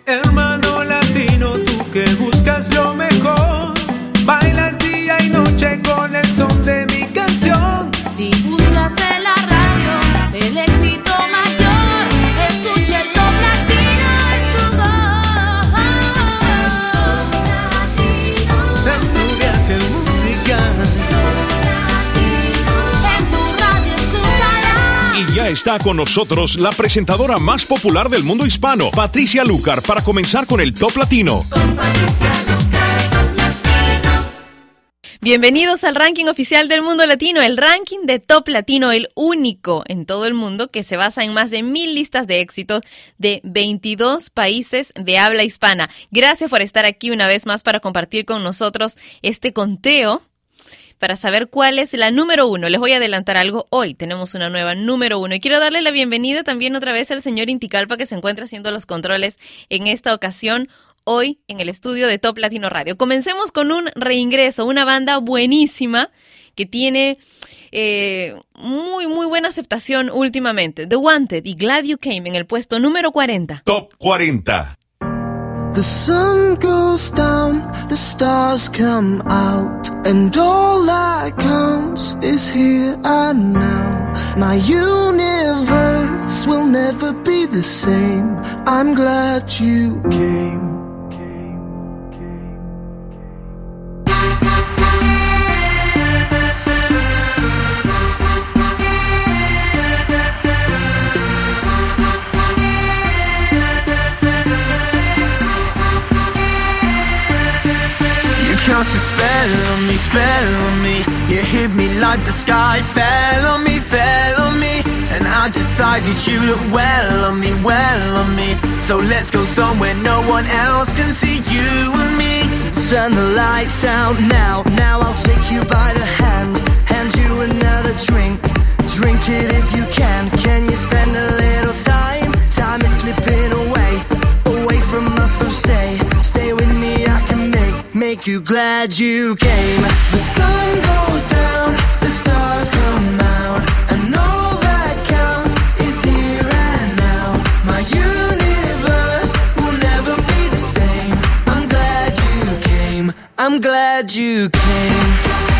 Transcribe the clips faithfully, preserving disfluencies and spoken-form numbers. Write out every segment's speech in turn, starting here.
Hermano latino, tú que buscas lo mejor, bailas día y noche con el son de mi canción. Si buscas en la radio el éxito mayor, escucha el Top Latino, es tu voz. Estudiante musical. En tu radio escucharás. Y ya está con nosotros la presentadora más popular del mundo hispano, Patricia Lucar, para comenzar con el Top Latino. Con Patricia Lucar, Top Latino. Bienvenidos al ranking oficial del mundo latino, el ranking de Top Latino, el único en todo el mundo que se basa en más de mil listas de éxitos de veintidós países de habla hispana. Gracias por estar aquí una vez más para compartir con nosotros este conteo para saber cuál es la número uno. Les voy a adelantar algo. Hoy tenemos una nueva número uno. Y quiero darle la bienvenida también otra vez al señor Inticalpa, que se encuentra haciendo los controles en esta ocasión, hoy en el estudio de Top Latino Radio. Comencemos con un reingreso, una banda buenísima que tiene eh, muy, muy buena aceptación últimamente. The Wanted y Glad You Came en el puesto número cuarenta. Top cuarenta. The sun goes down, the stars come out, and all that counts is here and now. My universe will never be the same. I'm glad you came. Cast a spell on me, spell on me. You hit me like the sky fell on me, fell on me. And I decided you look well on me, well on me. So let's go somewhere no one else can see you and me. Turn the lights out now, now I'll take you by the hand, hand you another drink, drink it if you can. Can you spend a little time, time is slipping away, away from us, so stay, stay with me, I can make, make you glad you came. The sun goes down, the stars come out, and all that counts is here and now. My universe will never be the same. I'm glad you came, I'm glad you came.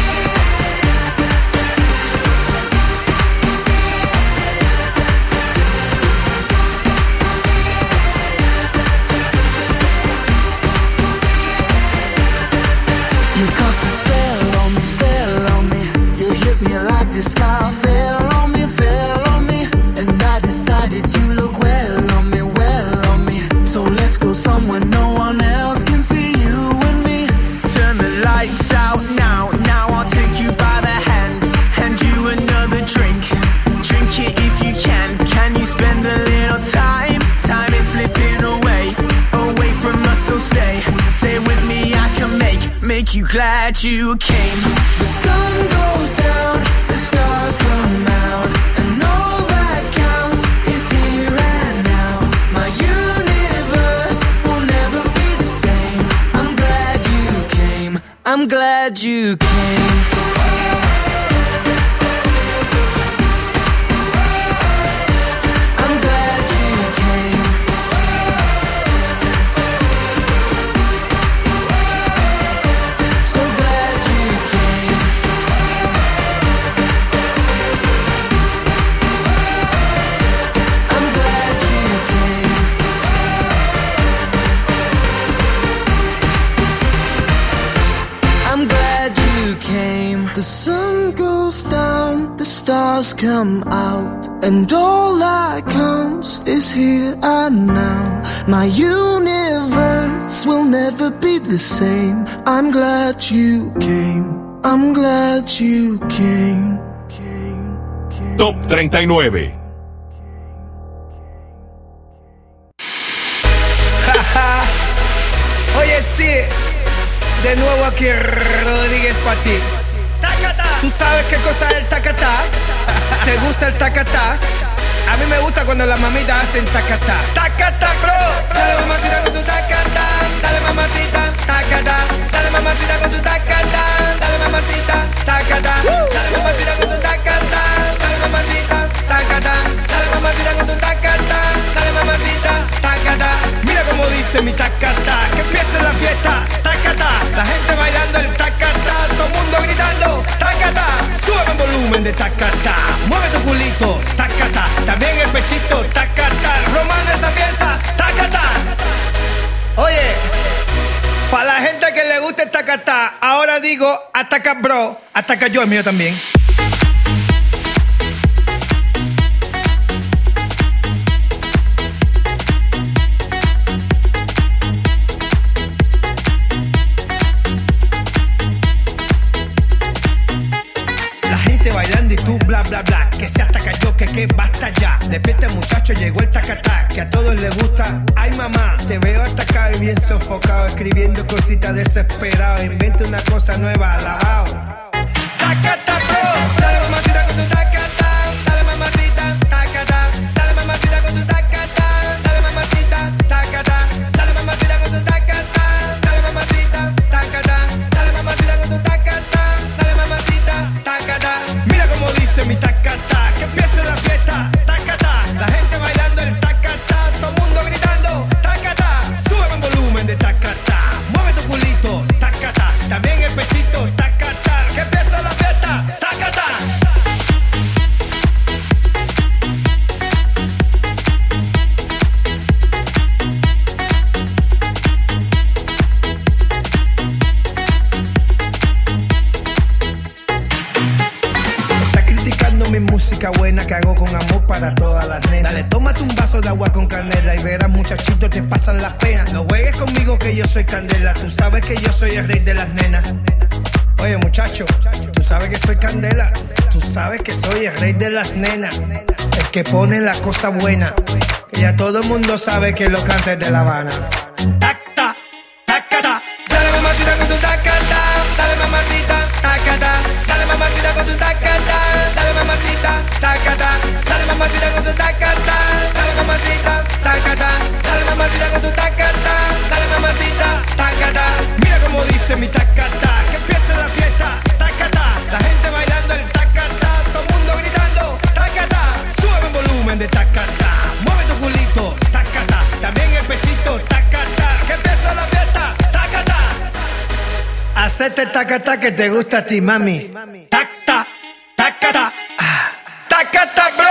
You cast a spell on me, spell on me. You hit me like the sky fell on me, fell on me. And I decided you look well on me, well on me. So let's go somewhere no one else can see you and me. Turn the lights out now, now I'll take you by the hand, hand you another drink, drink it if you can. Can you spend a little time, time is slipping away, away from us, so stay, stay with me, I can make, make you glad you came. The sun goes down, the stars come out, and all that counts is here and now. My universe will never be the same. I'm glad you came, I'm glad you came. I'm glad you came. So glad you came. I'm glad you came. I'm glad you came. The sun goes down, the stars come out, and all that counts is here and now. My universe will never be the same. I'm glad you came. I'm glad you came. came, came. Top treinta y nueve. Oye, sí, de nuevo aquí Rodríguez para ti. ¿Tú sabes qué cosa es el tacatá? ¿Te gusta el tacatá? A mí me gusta cuando las mamitas hacen tacatá. Tacatá, bro. Dale mamacita con tu tacatá. Dale mamacita, tacatá. Dale mamacita con tu tacatá. Dale mamacita, tacatá. Dale mamacita con tu tacatá. Dale mamacita, tacatá. Dale mamacita con tu tacatá. Dale mamacita, tacatá. Mira cómo dice. dice mi tacata, que empiece la fiesta, tacata, la gente bailando el tacata, todo el mundo gritando, tacata, sube el volumen de tacata, mueve tu culito, tacata, también el pechito, tacata, romano esa pieza, tacata. Oye, para la gente que le gusta el tacata, ahora digo, ataca bro, ataca yo, el mío también. Bailando y tú bla bla bla, que se ataca yo, que que basta ya. Despierta muchacho, llegó el tacatá, que a todos les gusta. Ay mamá, te veo atacado y bien sofocado, escribiendo cositas desesperado. Inventa una cosa nueva, alabao. Tacata bro, dale mamacita con tu tacata, dale mamacita, tacata, dale mamacita con tu tacata, dale mamacita, tacata, dale mamacita con tu tacata, dale mamacita, tacata, dale mamacita con tu tacata, dale mamacita, tacata. Mira como dice mi tacata, que empiece la fiesta, tacata, la gente bailando el tacata, todo el mundo gritando, tacata, sube el volumen de tacata, mueve tu culito, tacata, también el pechito, tacata, que empiece la fiesta, tacata. Mi música buena que hago con amor para todas las nenas. Dale, tómate un vaso de agua con canela y verás muchachitos te pasan las penas. No juegues conmigo que yo soy candela, tú sabes que yo soy el rey de las nenas. Oye muchacho, tú sabes que soy candela, tú sabes que soy el rey de las nenas, el que pone la cosa buena, que ya todo el mundo sabe que lo canta es de La Habana. Tacta, tacata, dale mamacita con tu tacata, dale mamacita, tacata, dale mamacita con tu tacata, dale mamacita, tacata, dale mamacita con tu tacata, dale mamacita, tacata, dale mamacita con tu tacata, dale mamacita, tacata. Mira como dice mi tacata, que empiece la fiesta, tacata, la gente bailando el tacata, todo el mundo gritando, tacata, sube el volumen de tacata, mueve tu culito, tacata, también el pechito, tacata, que empiece la fiesta, tacata. Hacete tacata que te gusta a ti, mami. Tacta, tacata, ah, tacata, bro.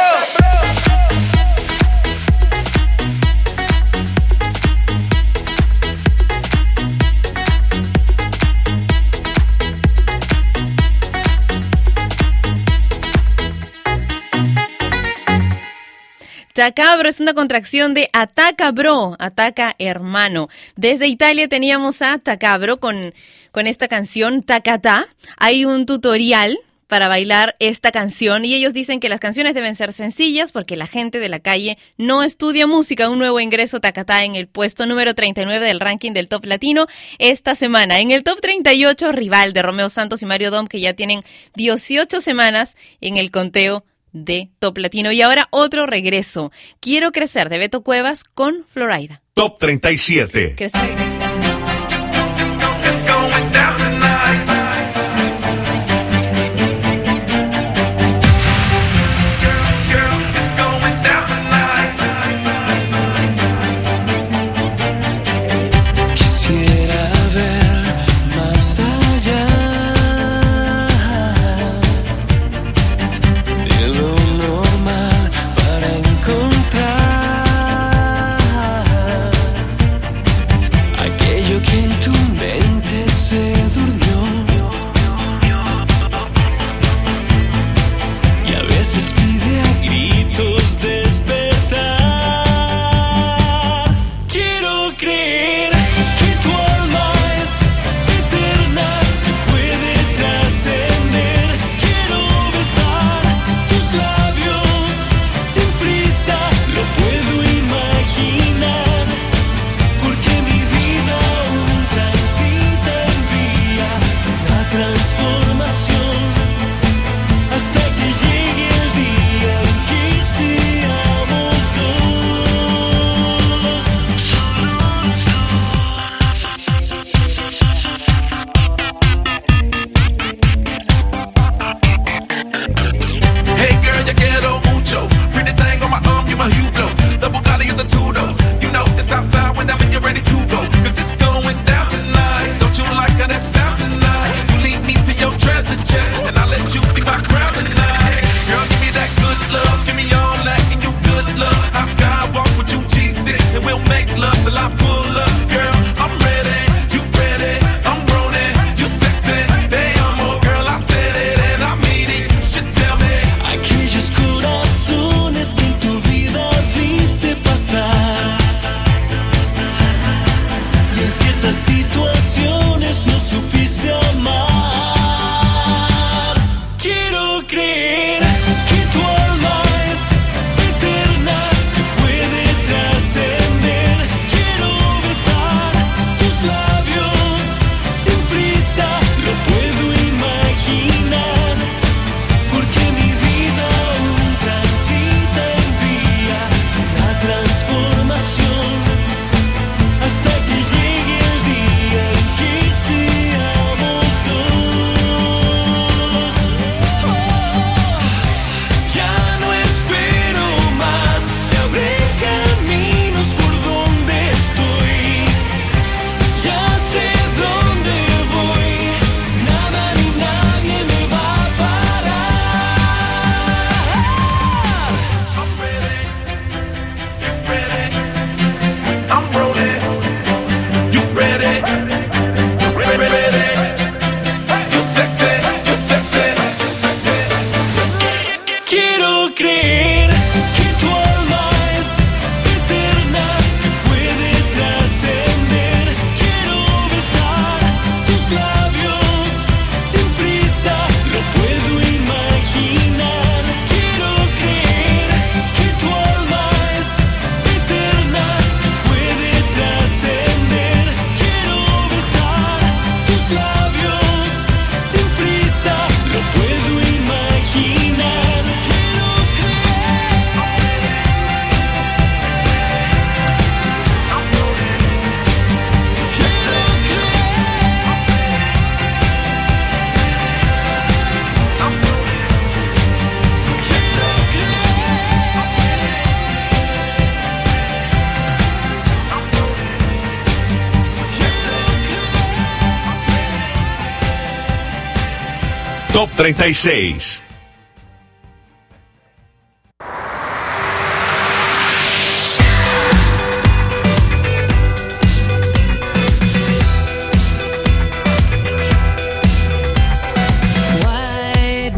Tacabro es una contracción de ataca bro, ataca hermano. Desde Italia teníamos a Tacabro con, con esta canción Tacatá. Hay un tutorial para bailar esta canción y ellos dicen que las canciones deben ser sencillas porque la gente de la calle no estudia música. Un nuevo ingreso Tacatá en el puesto número treinta y nueve del ranking del Top Latino esta semana. En el Top treinta y ocho, Rival de Romeo Santos y Mario Dom, que ya tienen dieciocho semanas en el conteo de Top Latino. Y ahora otro regreso. Quiero crecer de Beto Cuevas con Florida. Top treinta y siete. Crecer. Top treinta y seis. White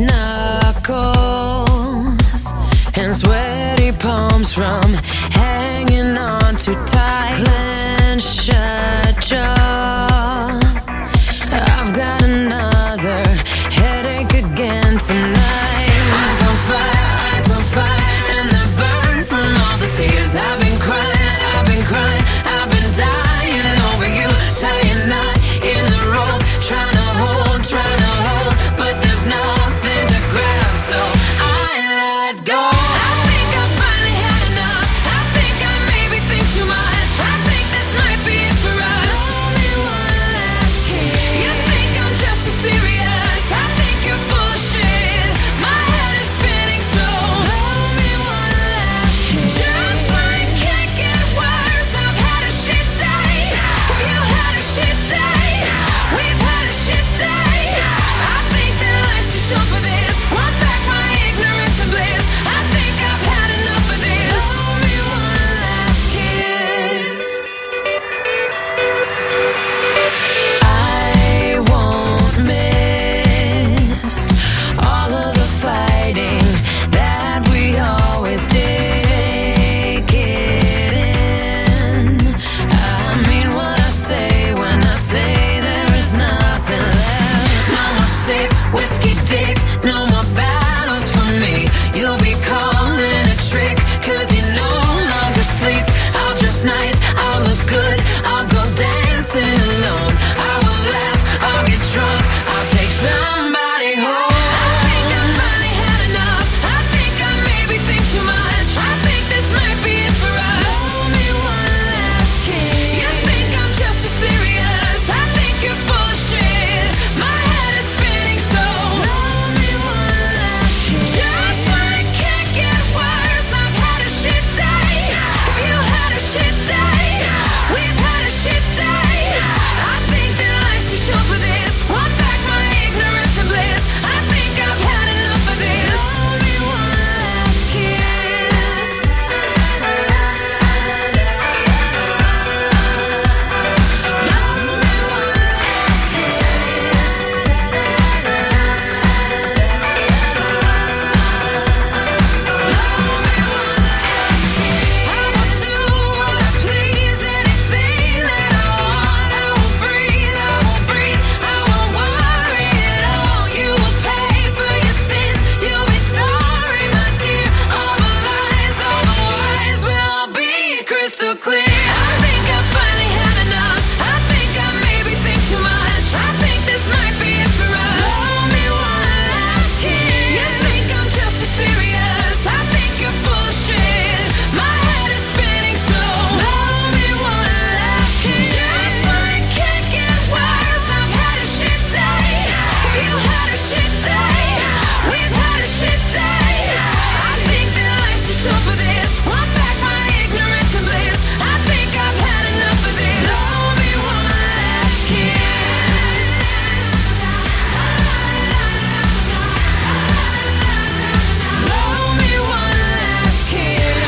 knuckles and sweaty palms from hanging on too tight. Clenched shut jaw. I've got another headache again tonight. Eyes on fire, eyes on fire, and they burn from all the tears. I've been crying, I've been crying, I've been dying over you. Tying knot in the rope, trying to hold, trying to hold, but there's nothing to grab, so I let go. I think I finally had enough. I think I maybe think too much. I think this might be it for us. Only one last kiss. You think I'm just too serious? I think you're full of shit. My head is spinning, so only one last kiss. Just when it can't get worse, I've had a shit day. Have you had a shit day? We've had a shit day. I think that life's too short for this. Want back my ignorance and bliss. I think I've had enough of this. Only one last kiss. I won't miss all of the fighting that we always did. Take it in. I mean what I say when I say there is nothing left. No more sip, whiskey dick, no more battles for me. You'll be calling a trick, cause you no longer sleep. I'll dress nice, I'll look good, I'll go dancing alone. I will laugh, I'll get drunk, I'll take somebody home. I think I finally had enough. I think I maybe think too much. I think this might be it for us. Only one last kiss. You think I'm just too serious? I think you're full of shit. My head is spinning, so only one last kiss. Just when it can't get worse, I've had a shit day. Have you had a shit day? We've had a shit day. I think that life's too short for this. Want back my ignorance and bliss. I think I've had enough of this. Only one last kiss. I will do what I please, anything that I want. I will breathe, I will breathe, I won't worry at all. You will pay for your sins, you'll be sorry, my dear. All the lies, all the lies will all be crystal clear. I think I finally had enough. I think I maybe think too much. I think this might be it for us. Blow me one last kiss. You think I'm just too serious? I think you're full of shit. My head is spinning, so blow me one last kiss. Just when it can't get worse, I've had a shit day. Have you had a shit day? We've had a shit day. I think that life's too short for this. Want back my ignorance and bliss. I think I've had enough of this. Blow me one last kiss. Blow me one last kiss.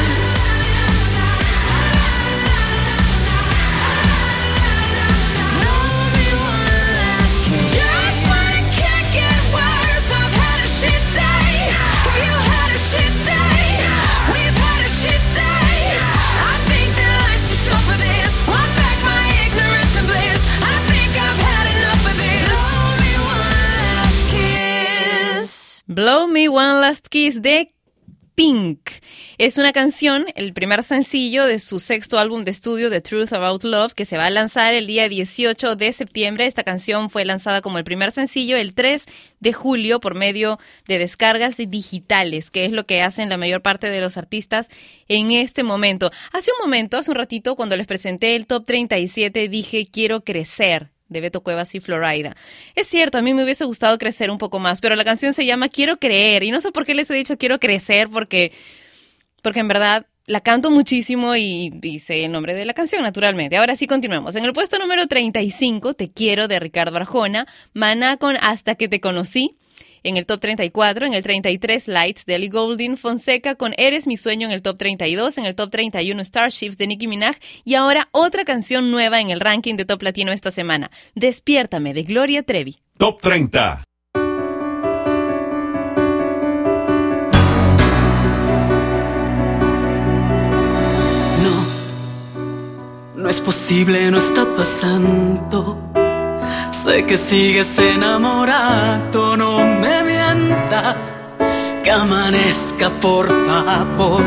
Blow me one last kiss. Just when it can't get worse, I've had a shit day. Have you had a shit day? We've had a shit day. I think that life's too short for this. Want back my ignorance and bliss. I think I've had enough of this. Blow me one last kiss. Blow Me One Last Kiss de Pink. Es una canción, el primer sencillo de su sexto álbum de estudio, The Truth About Love, que se va a lanzar el día dieciocho de septiembre. Esta canción fue lanzada como el primer sencillo el tres de julio por medio de descargas digitales, que es lo que hacen la mayor parte de los artistas en este momento. Hace un momento, hace un ratito, cuando les presenté el Top treinta y siete, dije quiero crecer, de Beto Cuevas y Florida. Es cierto, a mí me hubiese gustado crecer un poco más, pero la canción se llama Quiero Creer, y no sé por qué les he dicho quiero crecer, porque, porque en verdad la canto muchísimo y, y sé el nombre de la canción, naturalmente. Ahora sí, continuemos. En el puesto número treinta y cinco, Te Quiero, de Ricardo Arjona. Maná con Hasta que te conocí. en el top treinta y cuatro, en el treinta y tres Lights de Ellie Goulding, Fonseca con Eres mi sueño en el top treinta y dos, en el top treinta y uno Starships de Nicki Minaj y ahora otra canción nueva en el ranking de Top Latino esta semana, Despiértame de Gloria Trevi. Top treinta. No es posible, no está pasando. Sé que sigues enamorado, no me mientas. Que amanezca, por favor.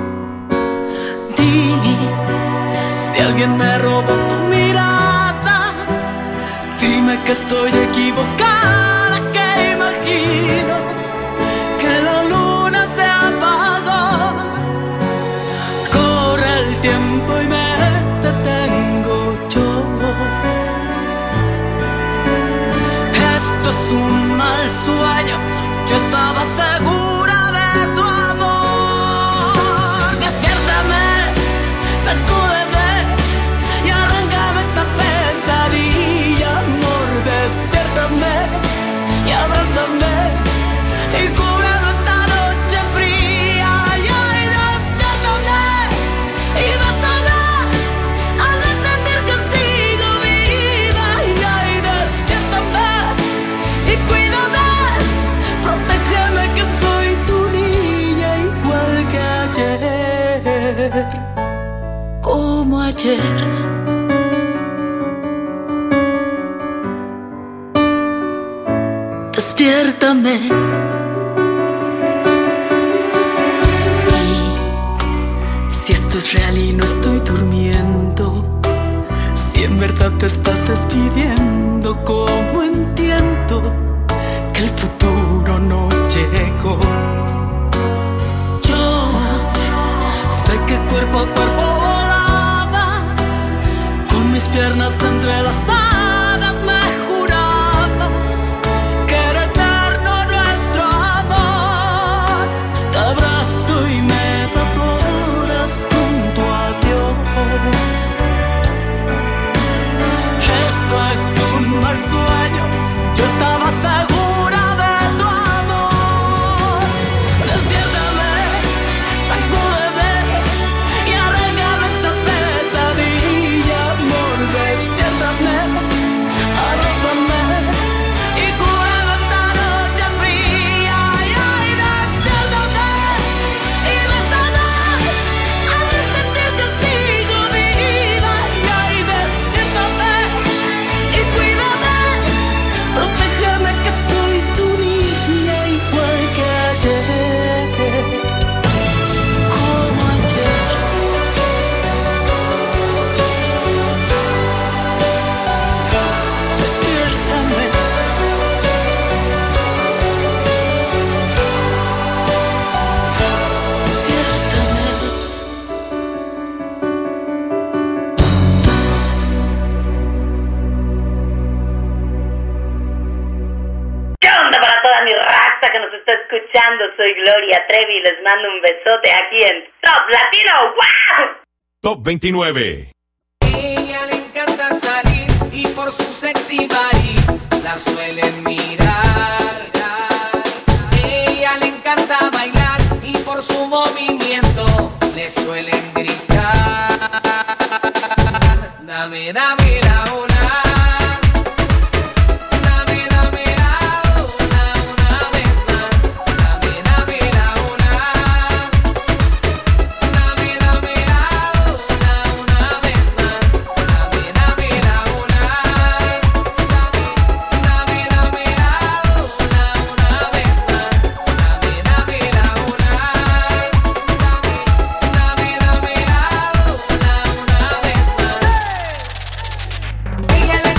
Di si alguien me robó tu mirada. Dime que estoy equivocada, que imagino que la luna se apagó. Corre el tiempo y me detengo yo. Esto es un mal sueño. Yo estaba segura de tu amor. Despiértame, sacúdeme y arráncame esta pesadilla, amor. Despiértame y abrázame y cúbreme esta noche fría. Y ay, despiértame y bésame, hazme sentir que sigo viva. Y ay, despiértame y cuídame, protégeme que soy tu niña igual que ayer, como ayer. Despiértame. Y si esto es real y no estoy durmiendo, si en verdad te estás despidiendo, ¿cómo entiendo que el futuro no llegó? Yo sé que cuerpo a cuerpo volabas, con mis piernas entrelazadas me jurabas que era eterno nuestro amor. Te abrazo y me evaporas con tu adiós. Esto es un mal sueño. Yo estaba segura de tu amor. Despiértame, sacúdeme y arráncame esta pesadilla, amor. Despiértame, abrázame y cúrame esta noche fría. Y ay, despiértame y bésame, hazme sentir que sigo viva. Y ay, despiértame y cuídame, protégeme que soy tu niña igual que ayer, como ayer. Despiértame. Despiértame. ¿Qué onda para toda mi raza que nos está escuchando? Soy Gloria Trevi y les mando un besote aquí en Top Latino. ¡Wow! Top veintinueve. Ella le encanta salir y por su sexy body la suelen mirar. Ella le encanta bailar y por su movimiento le suelen gritar. Dame, dame la una. Dame, dame la una, una vez más. Dame, dame la una. Dame, dame la una, una vez más. Dame, dame la una. Dame, dame, dame la una, una vez más. Dame, dame la una. Dame, dame, dame la una, una vez más. Ella le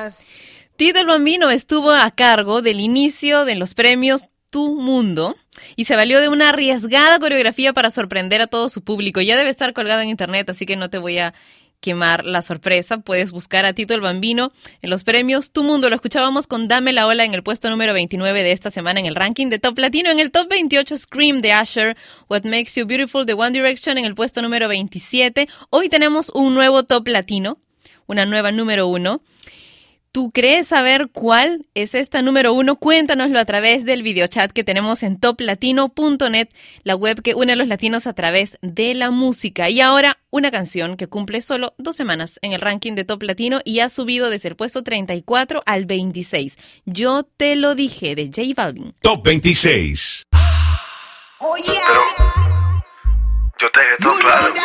más. Tito el Bambino estuvo a cargo del inicio de los premios Tu Mundo y se valió de una arriesgada coreografía para sorprender a todo su público. Ya debe estar colgado en internet, así que no te voy a quemar la sorpresa. Puedes buscar a Tito el Bambino en los premios Tu Mundo. Lo escuchábamos con Dame la Ola en el puesto número veintinueve de esta semana en el ranking de Top Latino. En el top veintiocho, Scream de Usher, What Makes You Beautiful de One Direction en el puesto número veintisiete. Hoy tenemos un nuevo Top Latino, una nueva número uno. ¿Tú crees saber cuál es esta número uno? Cuéntanoslo a través del videochat que tenemos en top latino punto net, la web que une a los latinos a través de la música. Y ahora, una canción que cumple solo dos semanas en el ranking de Top Latino y ha subido desde el puesto treinta y cuatro al veintiséis. Yo te lo dije, de J Balvin. Top veintiséis. Oh, yeah. Pero yo te dejé todo claro.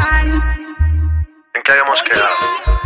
¿En qué habíamos quedado?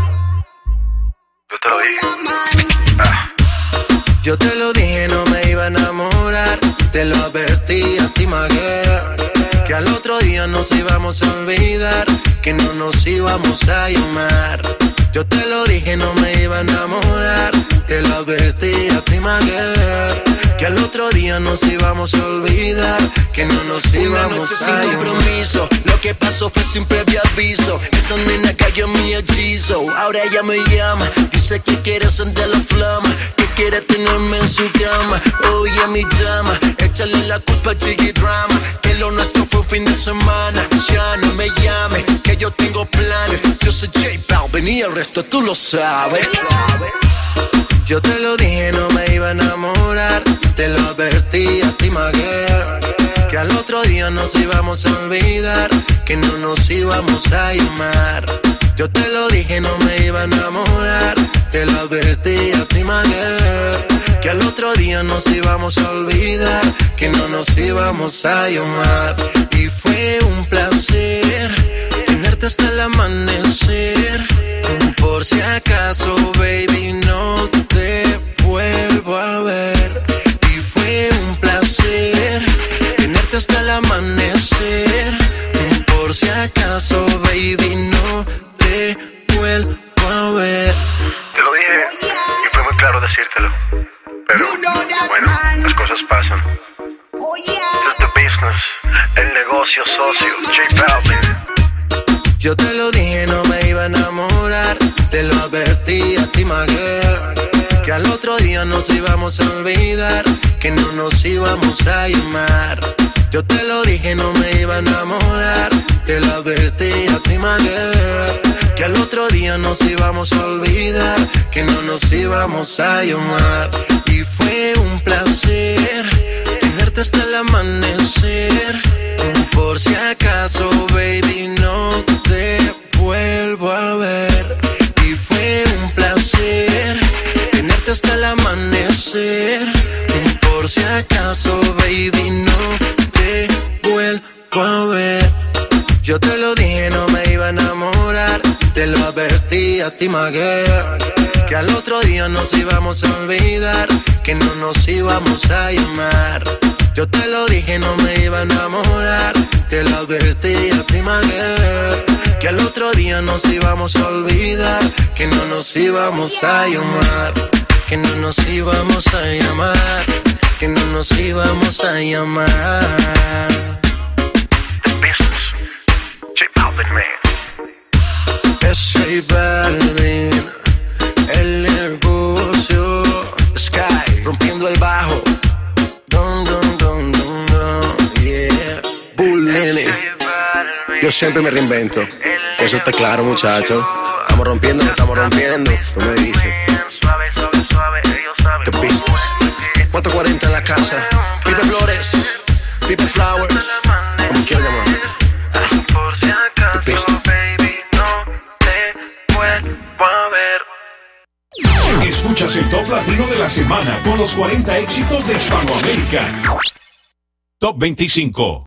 Yo te lo dije. Ah. Yo te lo dije, no me iba a enamorar. Te lo advertí a ti, my girl, que al otro día nos íbamos a olvidar, que no nos íbamos a llamar. Yo te lo dije, no me iba a enamorar. Te lo advertí a ti, my girl, que al otro día nos íbamos a olvidar, que no nos íbamos a llamar. Una noche sin compromiso, lo que pasó fue sin previo aviso. Esa nena cayó en mi hechizo, ahora ella me llama, dice que quiere sentir la flama, que quiere tenerme en su cama. Oye, mi dama, échale la culpa a Chiqui Drama, que lo nuestro fue un fin de semana. Ya no me llame, que yo tengo planes. Yo soy J Balvin y el resto tú lo sabes. Yo te lo dije, no me iba a enamorar. Te lo advertí a ti, my girl, que al otro día nos íbamos a olvidar, que no nos íbamos a llamar. Yo te lo dije, no me iba a enamorar. Te lo advertí a ti, my girl, que al otro día nos íbamos a olvidar, que no nos íbamos a llamar. Y fue un placer tenerte hasta el amanecer. Por si acaso, baby, no te vuelvo a ver. Y fue un placer tenerte hasta el amanecer. Por si acaso, baby, no te vuelvo a ver. Te lo dije y fue muy claro decírtelo, pero bueno, las cosas pasan. It's the business, el negocio socio, J Balvin. Yo te lo dije, no me iba a enamorar. Te lo advertí a ti, my girl, que al otro día nos íbamos a olvidar, que no nos íbamos a llamar. Yo te lo dije, no me iba a enamorar. Te lo advertí a ti, my girl, que al otro día nos íbamos a olvidar, que no nos íbamos a llamar. Y fue un placer tenerte hasta el amanecer. Por si acaso, baby, no te vuelvo a ver. Y fue un placer tenerte hasta el amanecer. Por si acaso, baby, no te vuelvo a ver. Yo te lo dije, no me iba a enamorar. Te lo advertí a ti, my girl, que al otro día nos íbamos a olvidar, que no nos íbamos a llamar. Yo te lo dije, no me iba a enamorar. Te lo advertí a ti, my girl, que al otro día nos íbamos a olvidar, que no nos íbamos a llamar, que no nos íbamos a llamar, que no nos íbamos a llamar. The business, J Balvin, man. Es J Balvin, el negocio. Sky, rompiendo el bajo. Dun, dun, dun, dun, dun, yeah. Bull Nene. Yo siempre me reinvento. Eso está claro, muchachos. Estamos rompiendo, lo estamos rompiendo. Tú me dices. The business. cuatro cuarenta en la casa. Pipe Flores, Pipe Flowers, como quieras llamar. Ah. The business. Escuchas el Top Latino de la semana con los cuarenta éxitos de Hispanoamérica. Top veinticinco.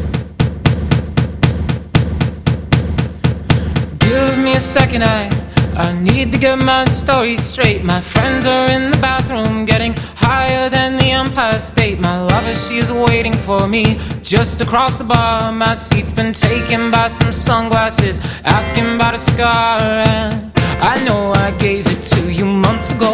Give me a second, I, I need to get my story straight. My friends are in the bathroom getting higher than the Empire State. My lover, she is waiting for me just across the bar. My seat's been taken by some sunglasses, asking about a scar. And I know I gave it to you months ago.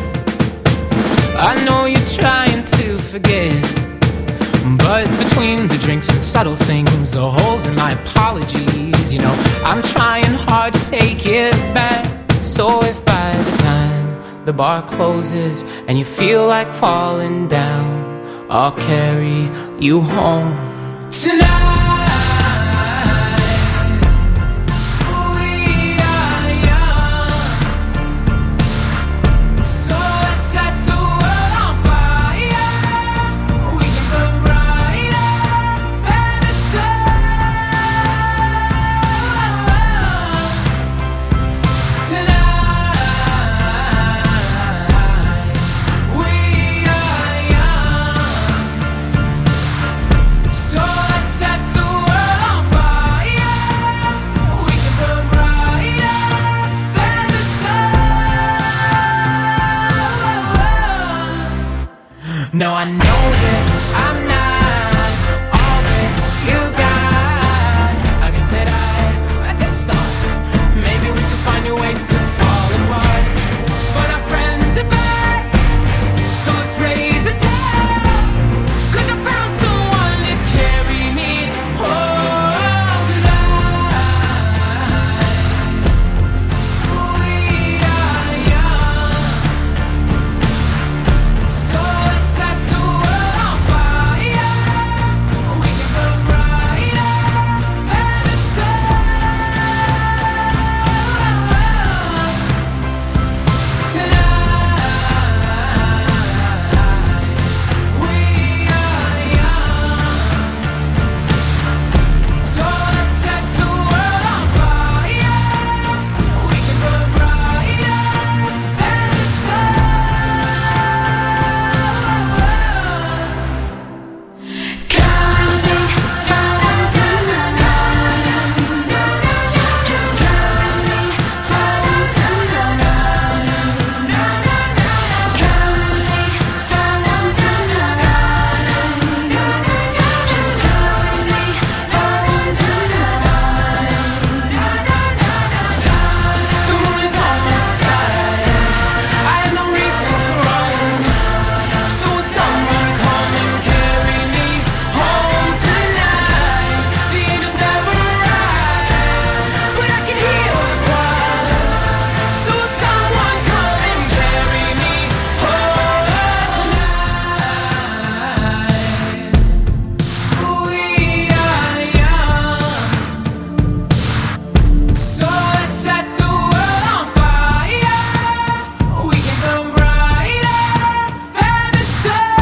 I know you're trying to forget, but between the drinks and subtle things, the holes in my apologies, you know, I'm trying hard to take it back. So if by the time the bar closes and you feel like falling down, I'll carry you home tonight. No, I know that I'm not all that you got. I guess that I, I just thought maybe we could find new ways to fall apart. But our friends are back, so let's raise a toast. 'Cause I found someone to carry me home tonight. We are young, so let's set the world on fire. We can burn brighter than the sun tonight. We are young, so let's set the world on fire. We can burn brighter than the sun. Carry me home tonight. Just carry me home tonight. Carry me home tonight. Just carry me home tonight. The moon is on my side. I have no reason to run. So will someone come and carry me home tonight? The angels never arrive, but I can hear the choir. So will someone come and carry me home tonight? We are young, so let's set the world on fire. We can burn brighter than the sun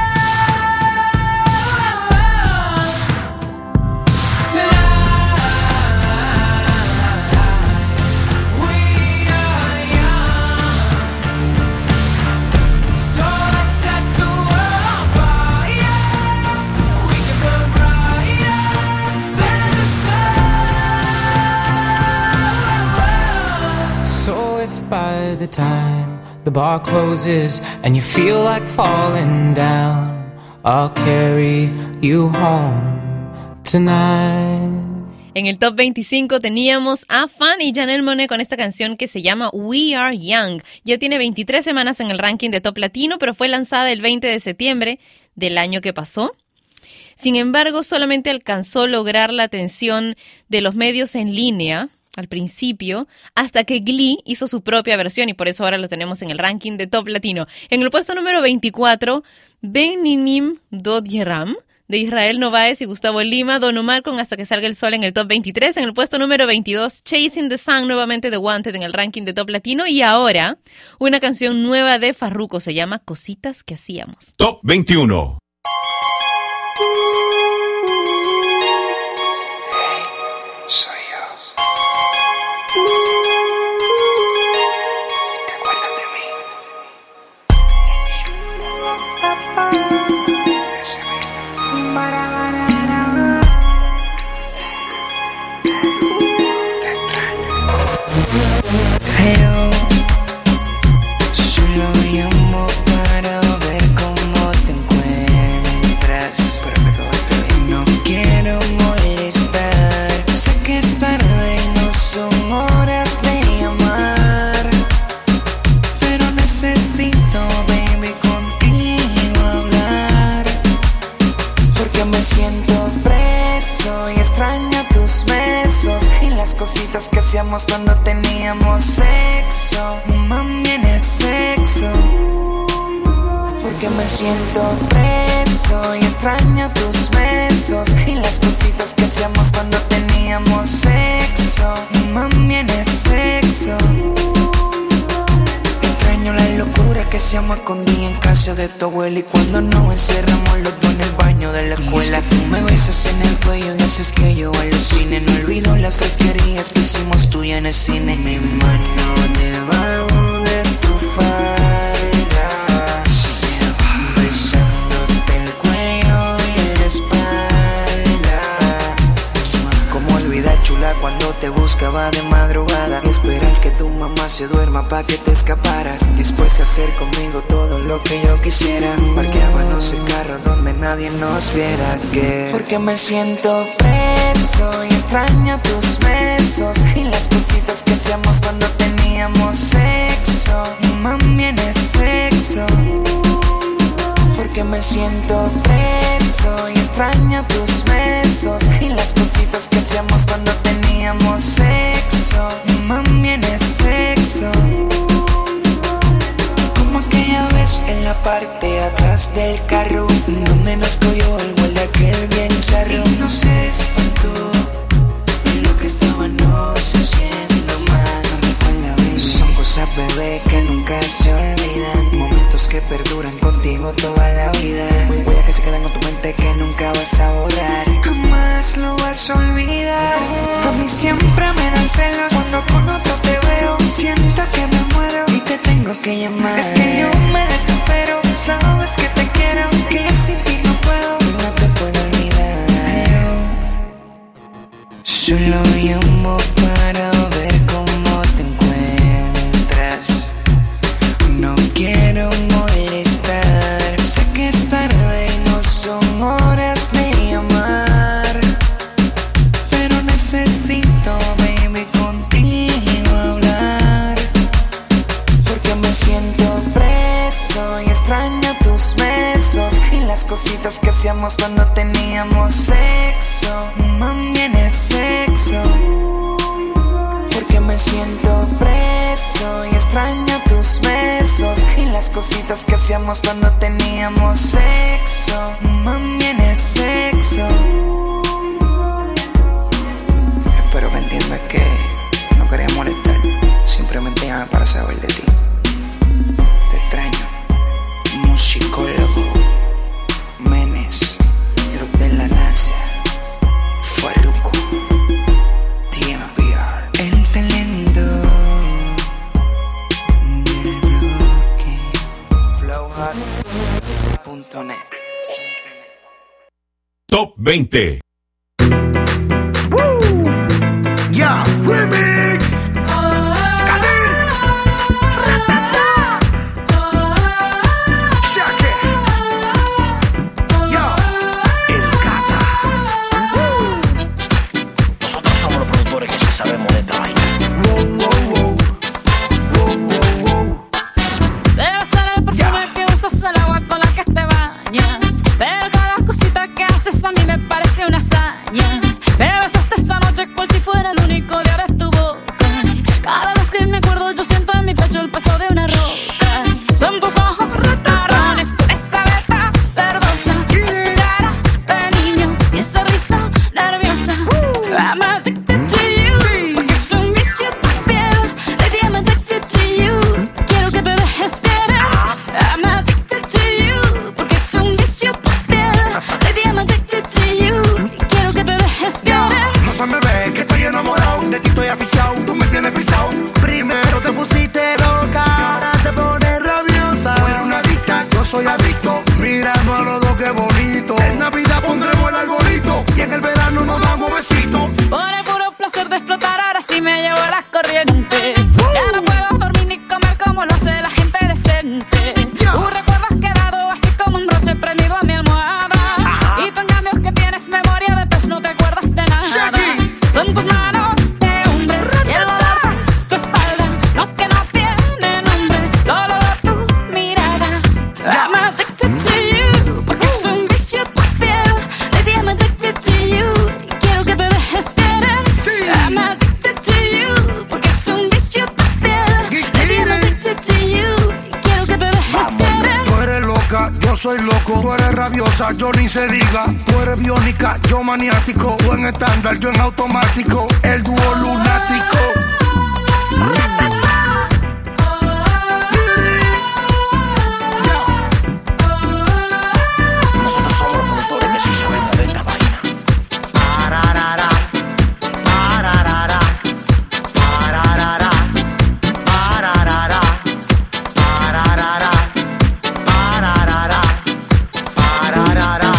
tonight. We are young, so let's set the world on fire. We can burn brighter than the sun. So if by the time the bar closes and you feel like falling down, I'll carry you home tonight. En el top veinticinco teníamos a Fan y Janelle Monáe con esta canción que se llama We Are Young. Ya tiene veintitrés semanas en el ranking de Top Latino, pero fue lanzada el veinte de septiembre del año que pasó. Sin embargo, solamente alcanzó lograr la atención de los medios en línea al principio, hasta que Glee hizo su propia versión y por eso ahora lo tenemos en el ranking de Top Latino. En el puesto número veinticuatro, Beninim Dodjeram, de Israel Novaes y Gustavo Lima, Don Omar con Hasta que salga el sol en el top veintitrés. En el puesto número veintidós, Chasing the Sun, nuevamente de Wanted en el ranking de Top Latino. Y ahora, una canción nueva de Farruko, se llama Cositas que hacíamos. Top veintiuno. Soy yo. ¿Te acuerdas de mí? Ese mismo. Te extraño. cositas que hacíamos cuando teníamos sexo. Mami, en el sexo. Porque me siento preso y extraño tus besos y las cositas que hacíamos cuando teníamos sexo. Mami, en el sexo. Extraño la locura que hacíamos escondida en casa de tu abuela y cuando nos encerramos los dos en el baño de la escuela. Tú me besas en el cuello y haces que yo alucine. No olvido las fresquerías que hicimos tú y en el cine. Mi mano debajo de tu falda, besándote el cuello y la espalda. Cómo olvidar, chula, cuando te buscaba de madrugada y esperar que tu mamá se duerma pa' que te escaparas, dispuesta a hacer conmigo todo lo que yo quisiera. Parqueábamos el carro donde nadie nos viera. Que porque me siento preso y extraño tus besos y las cositas que hacíamos cuando teníamos sexo. Mami, en el sexo. Porque me siento preso y extraño tus besos y las cositas que hacíamos cuando teníamos sexo. Mami, en el sexo. Como aquella vez en la parte de atrás del carro donde nos cogió el gol de aquel bien charro y no se espantó lo que estábamos haciendo mal. Son cosas, bebé, que nunca se olvidan, momentos que perduran contigo toda la vida. Huellas que se quedan con tu mente que nunca vas a borrar, jamás lo vas a olvidar. A mí siempre me dan celos cuando con otro te veo, siento que me muero y te tengo que llamar. Es que yo me desespero, sabes que te quiero, que sin ti no puedo, no te puedo olvidar. Solo llamo para ver cómo te encuentras. No quiero molestar, sé que es tarde y no son horas de llamar, pero necesito, baby, contigo hablar. Porque me siento preso y extraño tus besos y las cositas que hacíamos cuando teníamos sexo. Mami, en el sexo. Porque me siento preso y extraño tus besos y las cositas que hacíamos cuando teníamos sexo. Mami, en el sexo. Espero que entiendas que no quería molestar, simplemente llamé para saber de ti. Te extraño. Musicólogo Menes, Luc de la NASA, Farruko, T M P R, el talento del bloque, flowhard punto net. Top veinte. Woo! Yeah, remix. Sabemos de esta vaina. Wow, wow, wow. Wow, wow, wow. Debe ser el perfume yeah. que usas o el agua con la que te bañas, pero cada cosita que haces a mí me parece una hazaña. Me besaste esa noche cual si fuera el único de de tu boca. Cada vez que me acuerdo yo siento en mi pecho el peso de una roca. Son tus ojos marrones, esa beta verdosa, esa cara de niño y esa risa nerviosa. I'm addicted to you. Bebé, que estoy enamorado, de ti estoy aficiado, tú me tienes frisado. Primero te pusiste loca, ahora te pones rabiosa. Tú eres una adicta, yo soy adicto, mirando a los dos qué bonito. En Navidad pondremos el arbolito y en el verano nos damos besitos. Por el puro placer de explotar, ahora sí me llevo a las corrientes. Ya no puedo dormir ni comer como lo hace la gente decente. Yeah. Un recuerdo has quedado así como un broche prendido a mi almohada. Ajá. Y tú en cambio que tienes memoria de pez no te acuerdas de nada. Jackie. Son tus manos de hombre y el olor de tu espalda, no que no tiene nombre, el olor de tu mirada. I'm addicted to you, porque es un vicio tu piel. Baby, I'm addicted to you, quiero que te dejes querer. I'm addicted soy loco, tú eres rabiosa, yo ni se diga. Tú eres biónica, yo maniático. Tú en estándar, yo en automático. El dúo lunático. Nosotros somos los productores que sí sabemos de esta vaina. Pararara, pararara, pararara, pararara, pararara, pararara, pararara.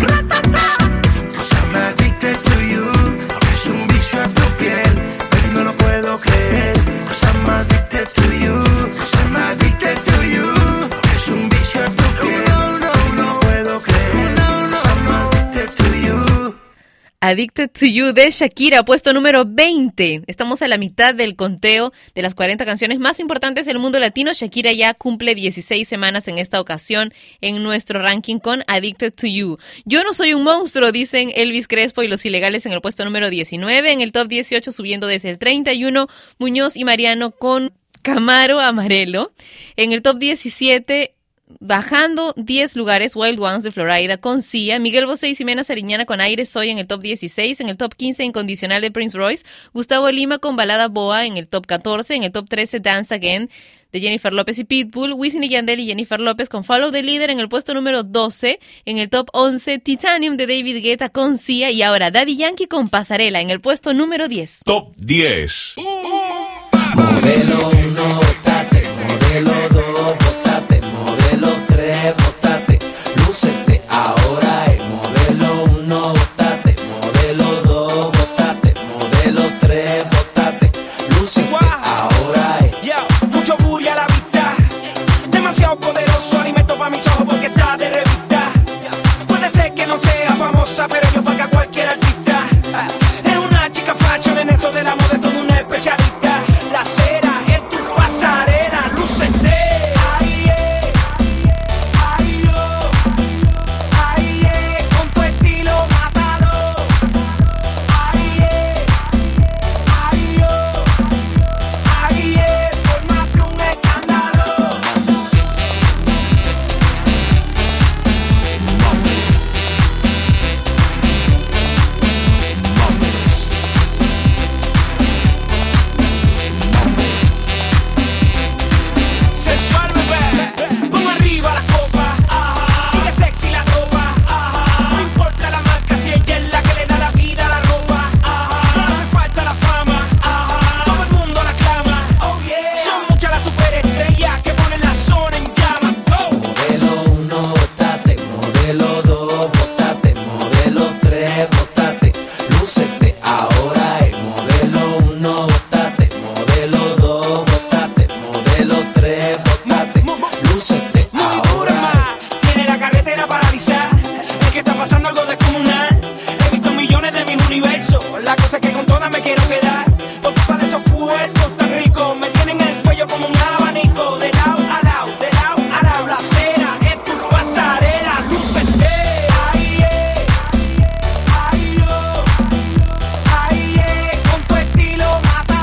I'm addicted to you. Es un vicio a tu piel, baby, no lo puedo creer. 'Cause I'm addicted to you. 'Cause I'm addicted to you. Es un vicio a tu piel, no, no, no puedo creer. 'Cause I'm addicted to you. Addicted to You de Shakira, puesto número veinte. Estamos a la mitad del conteo de las cuarenta canciones más importantes del mundo latino. Shakira ya cumple dieciséis semanas en esta ocasión en nuestro ranking con Addicted to You. Yo no soy un monstruo, dicen Elvis Crespo y Los Ilegales en el puesto número diecinueve. En el top dieciocho, subiendo desde el treinta y uno, Muñoz y Mariano con Camaro Amarelo. En el top diecisiete, bajando diez lugares, Wild Ones de Florida con Sia. Miguel Bosé y Ximena Sariñana con Aire Soy en el top dieciséis. En el top quince, Incondicional de Prince Royce. Gustavo Lima con Balada Boa en el top catorce. En el top trece, Dance Again de Jennifer López y Pitbull. Wisin y Yandel y Jennifer López con Follow the Leader en el puesto número doce. En el top once, Titanium de David Guetta con Sia. Y ahora Daddy Yankee con Pasarela en el puesto número diez. Top diez. Modelo uno, bótate. Modelo dos, bótate. Modelo tres, bótate. Lúcete, ahora es modelo uno, bótate. Modelo dos, bótate. Modelo tres, bótate. Lúcete, ahora es. Yo, mucho bully a la vista. Demasiado poderoso, alimento para mis ojos porque está de revista. Puede ser que no sea famosa, pero yo paga a cualquier artista. Es una chica fashion, en eso del amor de todo un especialista. La cera en tu pasarela, lúcete. Ahí es, ahí yo, ahí es, con tu estilo mátalo. Ahí es, ahí yo, ahí es, formate un escándalo. Sensual, bebé, pon arriba la copa. Sigue sexy la tropa. No importa la marca si ella es la que le da la vida a la ropa. No le hace falta la fama. Todo el mundo la clama. Son muchas las superestrellas que ponen la zona en llamas. Oh. Modelo uno, bótate. Modelo dos, bótate. Modelo tres, bótate. Lúcete, ahora es modelo uno, bótate. Modelo dos, bótate. Modelo tres, bótate. Lúcete, Muy dura más, tiene la carretera paralizada. Es que está pasando algo descomunal. He visto millones de mis universos. La cosa es que con todas me quiero quedar. Por culpa de esos cuerpos tan ricos, me tienen el cuello como un abanico. De lado a lado, de lado a lado, la cera es tu pasarela. Lúcete, ahí es, ahí yo, ahí es, con tu estilo mata.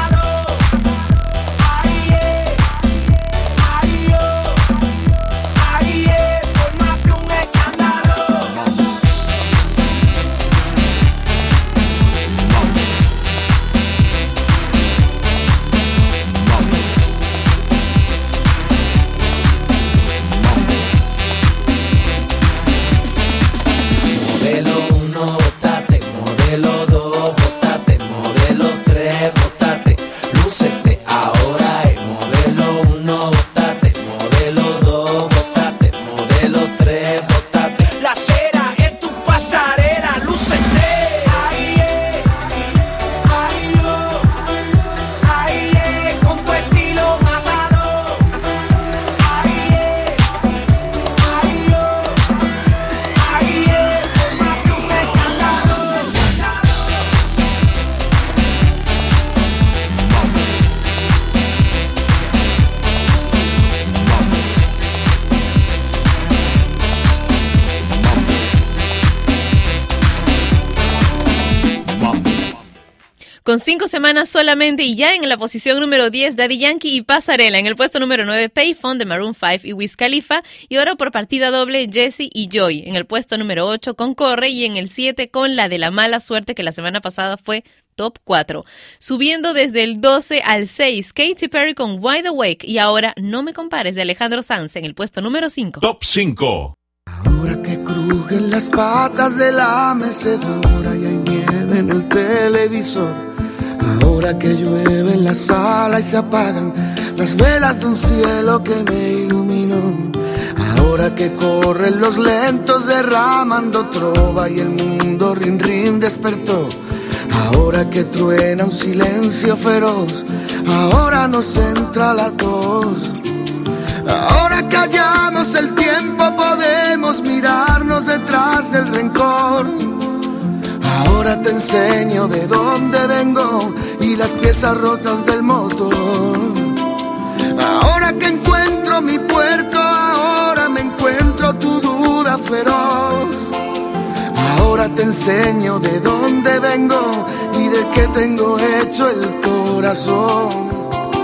Con cinco semanas solamente y ya en la posición número diez, Daddy Yankee y Pasarela. En el puesto número nueve, Payphone de Maroon cinco y Wiz Khalifa. Y ahora por partida doble, Jessie y Joy. En el puesto número ocho, con Corre. Y en el siete, con La de la Mala Suerte, que la semana pasada fue top cuatro. Subiendo desde el doce al seis, Katy Perry con Wide Awake. Y ahora No me compares de Alejandro Sanz en el puesto número cinco. Top cinco. Ahora que crujen las patas de la mecedora y hay nieve en el televisor. Ahora que llueve en la sala y se apagan las velas de un cielo que me iluminó. Ahora que corren los lentos derramando trova y el mundo rin rin despertó. Ahora que truena un silencio feroz, ahora nos entra la tos. Ahora que hallamos el tiempo podemos mirarnos detrás del rencor. Ahora te enseño de dónde vengo y las piezas rotas del motor. Ahora que encuentro mi puerto, ahora me encuentro tu duda feroz. Ahora te enseño de dónde vengo y de qué tengo hecho el corazón.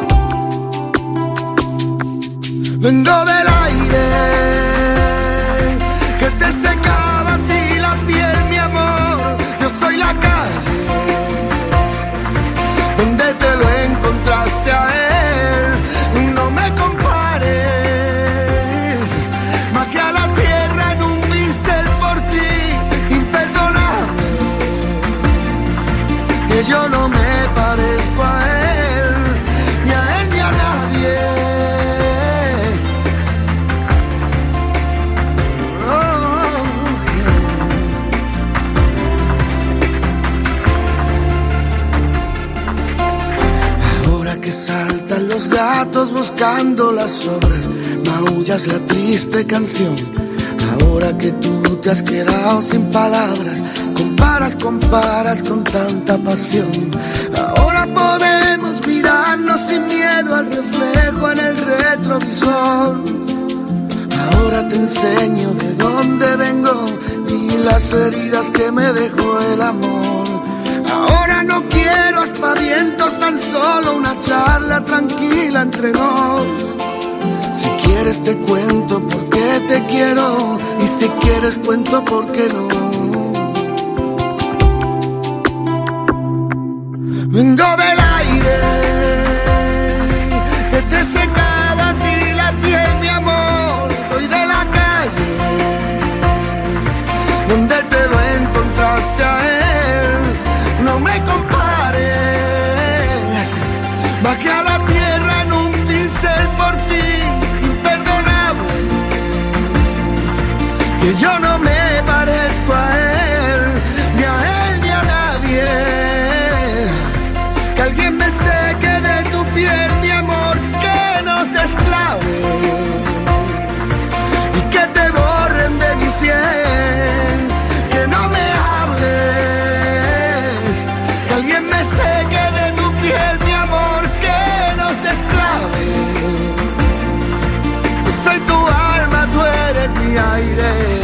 Vengo del aire que te secaba a ti la piel, mi amor. Yo soy la calle donde te lo encontraste a él. No me compares, bajé a la tierra en un pincel por ti, imperdonable. Que yo no me parezco a él, ni a él ni a nadie. Que saltan los gatos buscando las sobras, maullas la triste canción. Ahora que tú te has quedado sin palabras, comparas, comparas con tanta pasión. Ahora podemos mirarnos sin miedo al reflejo en el retrovisor. Ahora te enseño de dónde vengo y las heridas que me dejó el amor. Ahora no quiero aspavientos, tan solo una charla tranquila entre nos. Si quieres te cuento por qué te quiero y si quieres cuento por qué no. Vengo del aire que te secaba a ti la piel, mi amor. Soy de la calle donde te lo encontraste a él. No me compares, bajé a la tierra en un pincel por ti, imperdonable. Que yo no me parezco a él, ni a él ni a nadie. Que alguien me seque de tu piel, mi amor, que nos esclave y que te borren de mi sien, que no me hables. Alguien me seque de tu piel, mi amor, que no se esclave. Yo soy tu alma, tú eres mi aire.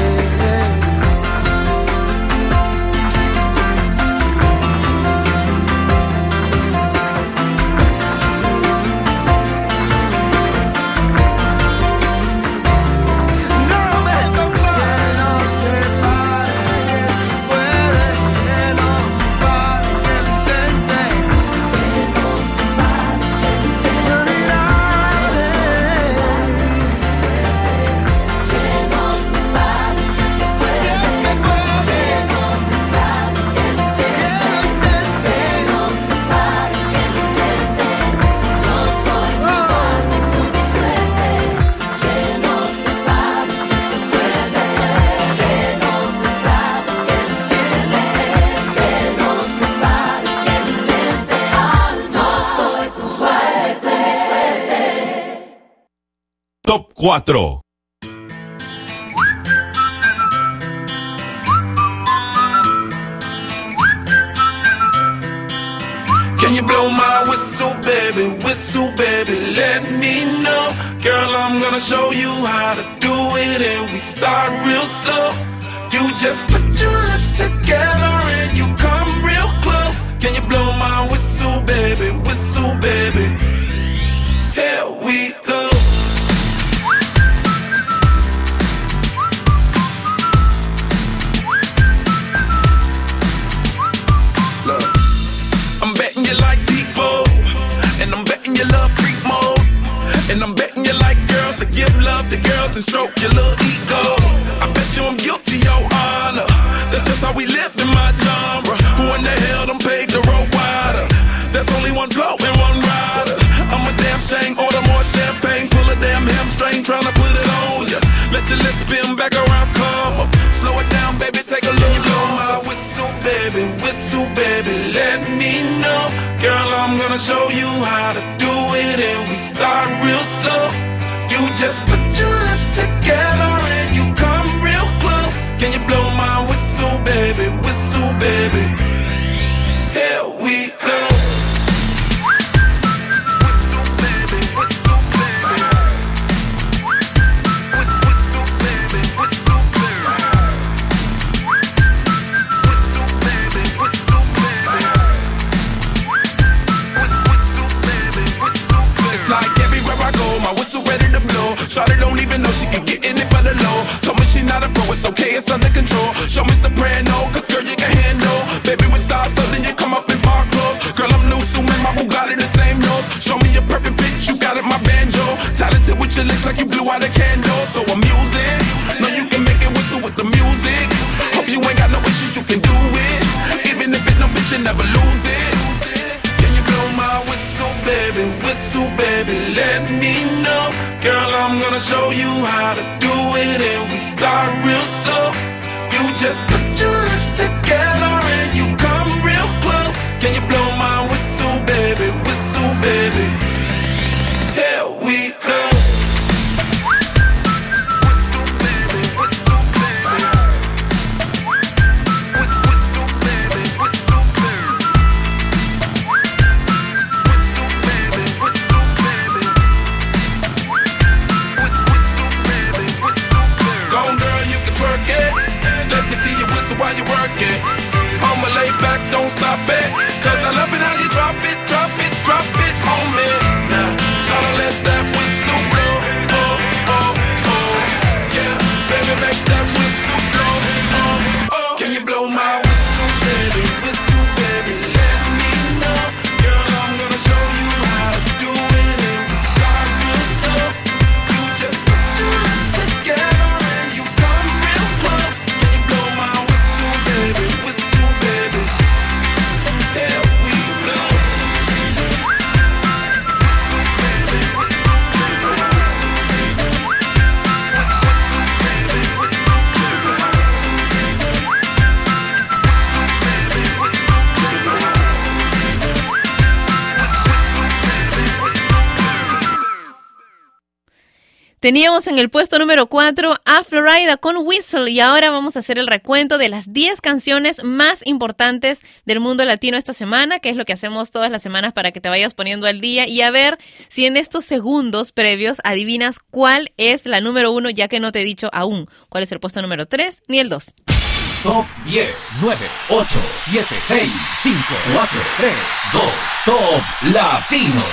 Top cuatro. Can you blow my whistle, baby, whistle, baby, let me know. Girl, I'm gonna show you how to do it, and we start real slow. You just put your lips together and you come real close. Can you blow my whistle, baby, whistle, baby? Here we go. Look, I'm betting you like people, and I'm betting you love freak mode, and I'm betting you like girls to give love to girls and stroke your little ego. I bet you I'm guilty, your honor. That's just how we live in my genre. Who in the hell done paved the road wider? There's only one blow and one rider. I'm a damn shame, order more champagne, pull a damn hamstring, tryna put it on ya. Let your lips spin back around, come up. Slow it down, baby, take a look. You blow my whistle, baby, whistle, baby, let me know. Girl, I'm gonna show you how to do it, and we start real slow. You just put your lips together and you come real close. Can you blow my whistle, baby, whistle, baby? Here we go. Shawty don't even know she can get in it for the low. Told me she not a pro, it's okay, it's under control. Show me soprano, cause girl you can handle. Baby we start so then you come up in park clothes. Girl I'm new, so man, my Bugatti the same nose. Show me a perfect pitch, you got it, my banjo. Talented with your lips like you blew out a candle. So I'm using, know you can make it whistle with the music. Hope you ain't got no issues, you can do it. Even if it no bitch, you never lose it. Can you blow my whistle, baby, whistle, baby, let me know. Girl, I'm gonna show you how to do it, and we start real slow. You just put your lips together and you come real close. Can you blow my whistle, baby, whistle, baby? Here we go. While you work it, I'ma lay back, don't stop it. Cause I love it how you drop it, drop it, drop it on me. Now, shout out, let that whistle blow. Oh, oh, oh. Yeah, baby, make that whistle blow. Oh, oh. Can you blow my whistle, baby? Whistle, baby, let me know. Girl, I'm gonna show you how to do it, and we start real slow. You just put your lips together and you come real close. Can you blow my whistle, baby, whistle, baby? There we go. Teníamos en el puesto número cuatro a Florida con Whistle, y ahora vamos a hacer el recuento de las diez canciones más importantes del mundo latino esta semana, que es lo que hacemos todas las semanas para que te vayas poniendo al día y a ver si en estos segundos previos adivinas cuál es la número uno, ya que no te he dicho aún cuál es el puesto número tres ni el dos. Top diez, nueve, ocho, siete, seis, cinco, cuatro, tres, dos, Top Latino.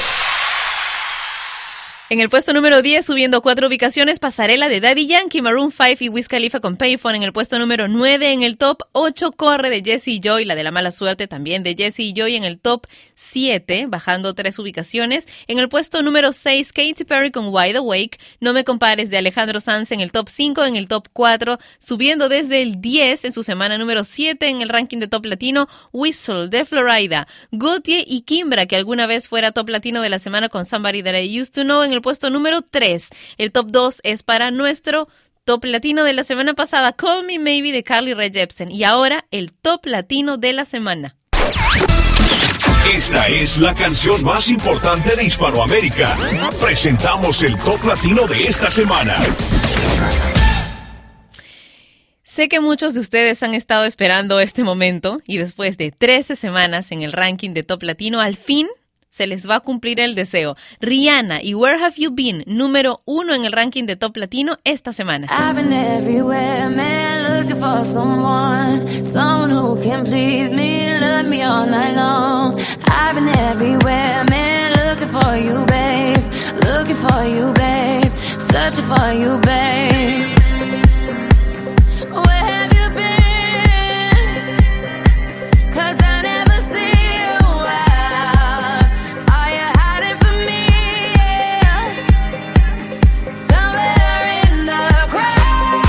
En el puesto número diez, subiendo cuatro ubicaciones, Pasarela de Daddy Yankee, Maroon cinco y Wiz Khalifa con Payphone. En el puesto número nueve, en el top ocho, Corre de Jesse y Joy, la de la mala suerte también de Jesse y Joy. En el top siete, bajando tres ubicaciones. En el puesto número seis, Katy Perry con Wide Awake, No me compares de Alejandro Sanz. En el top cinco, en el top cuatro, subiendo desde el diez en su semana número siete en el ranking de Top Latino, Whistle de Florida. Gautier y Kimbra, que alguna vez fuera Top Latino de la semana con Somebody That I Used to Know. En el puesto número tres. El top dos es para nuestro Top Latino de la semana pasada, Call Me Maybe de Carly Rae Jepsen. Y ahora el Top Latino de la semana. Esta es la canción más importante de Hispanoamérica. Presentamos el Top Latino de esta semana. Sé que muchos de ustedes han estado esperando este momento y después de trece semanas en el ranking de Top Latino, al fin se les va a cumplir el deseo. Rihanna y Where Have You Been, número uno en el ranking de Top Latino esta semana. I've been everywhere, man, look looking for someone, someone who can please me, love me all night long. I've been everywhere, man, looking for you, babe, looking for you, babe, searching for you, babe. Where have you been? 'Cause I never see you out. Are you hiding from me? Yeah. Somewhere in the crowd.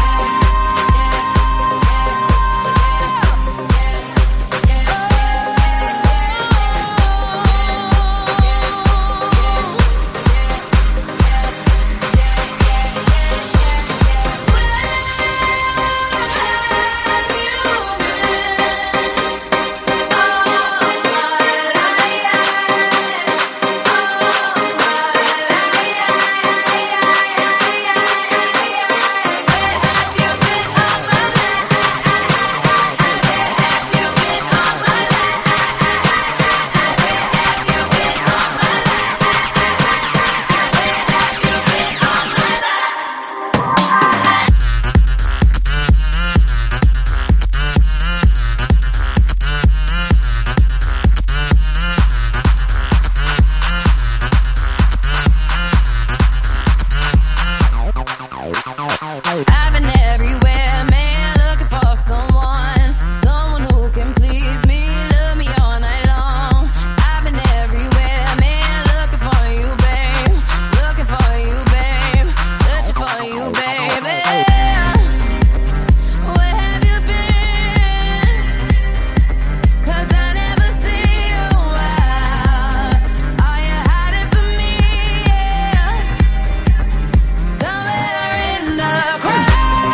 I've been everywhere, man, looking for someone, someone who can please me, love me all night long. I've been everywhere, man, looking for you, babe, looking for you, babe, searching for you, baby. Where have you been? 'Cause I never see you out. Are you hiding from me? Yeah. Somewhere in the crowd.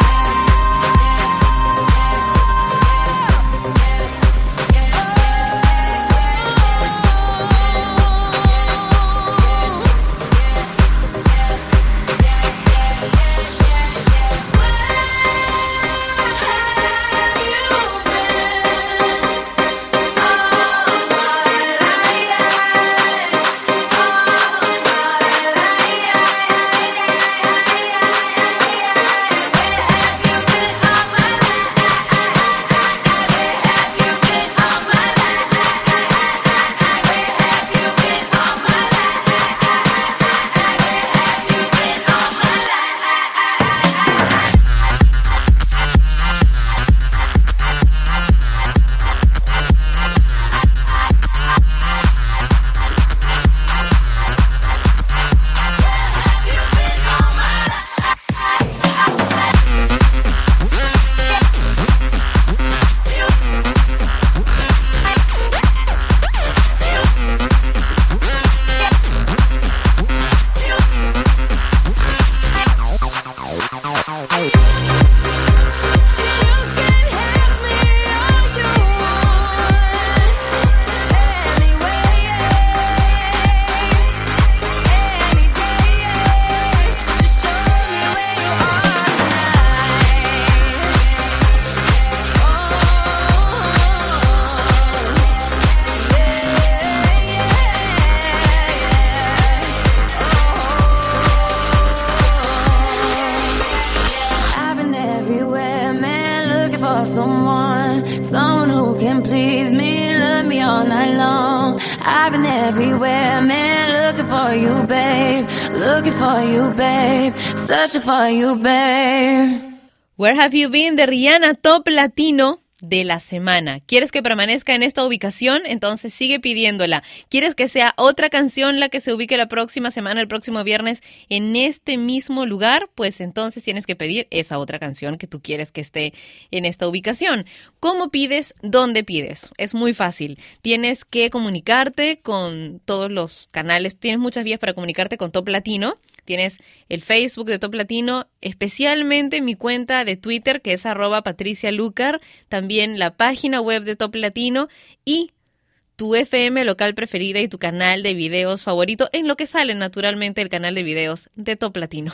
I've been everywhere, man, looking for someone, someone who can please me, love me all night long. I've been everywhere, man, looking for you, babe, looking for you, babe, searching for you, babe. Where Have You Been de Rihanna, top latino de la semana. ¿Quieres que permanezca en esta ubicación? Entonces sigue pidiéndola. ¿Quieres que sea otra canción la que se ubique la próxima semana, el próximo viernes, en este mismo lugar? Pues entonces tienes que pedir esa otra canción que tú quieres que esté en esta ubicación. ¿Cómo pides? ¿Dónde pides? Es muy fácil. Tienes que comunicarte con todos los canales. Tienes muchas vías para comunicarte con Top Latino. Tienes el Facebook de Top Latino, especialmente mi cuenta de Twitter, que es arroba Patricia Lucar, también la página web de Top Latino y tu F M local preferida y tu canal de videos favorito, en lo que sale naturalmente el canal de videos de Top Latino.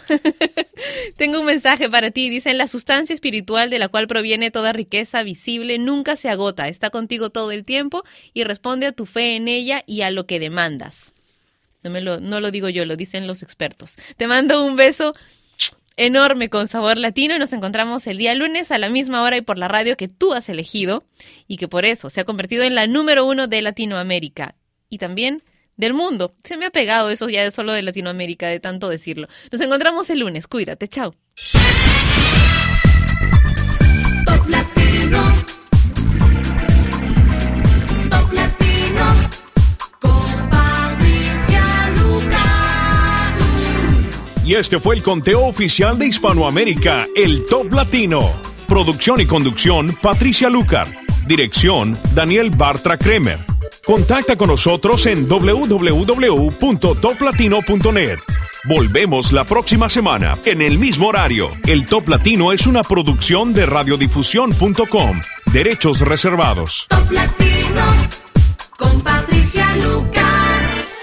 Tengo un mensaje para ti. Dicen: la sustancia espiritual de la cual proviene toda riqueza visible nunca se agota, está contigo todo el tiempo y responde a tu fe en ella y a lo que demandas. No, me lo, no lo digo yo, lo dicen los expertos. Te mando un beso enorme con sabor latino y nos encontramos el día lunes a la misma hora y por la radio que tú has elegido y que por eso se ha convertido en la número uno de Latinoamérica y también del mundo. Se me ha pegado eso ya de solo de Latinoamérica, de tanto decirlo. Nos encontramos el lunes. Cuídate. Chao. Top Latino. Top Latino. Con Patricia Lucar. Y este fue el conteo oficial de Hispanoamérica, el Top Latino. Producción y conducción, Patricia Lucar. Dirección, Daniel Bartra Kremer. Contacta con nosotros en doble u doble u doble u punto top latino punto net. Volvemos la próxima semana, en el mismo horario. El Top Latino es una producción de radiodifusión punto com. Derechos reservados. Top Latino con Patricia Lucar.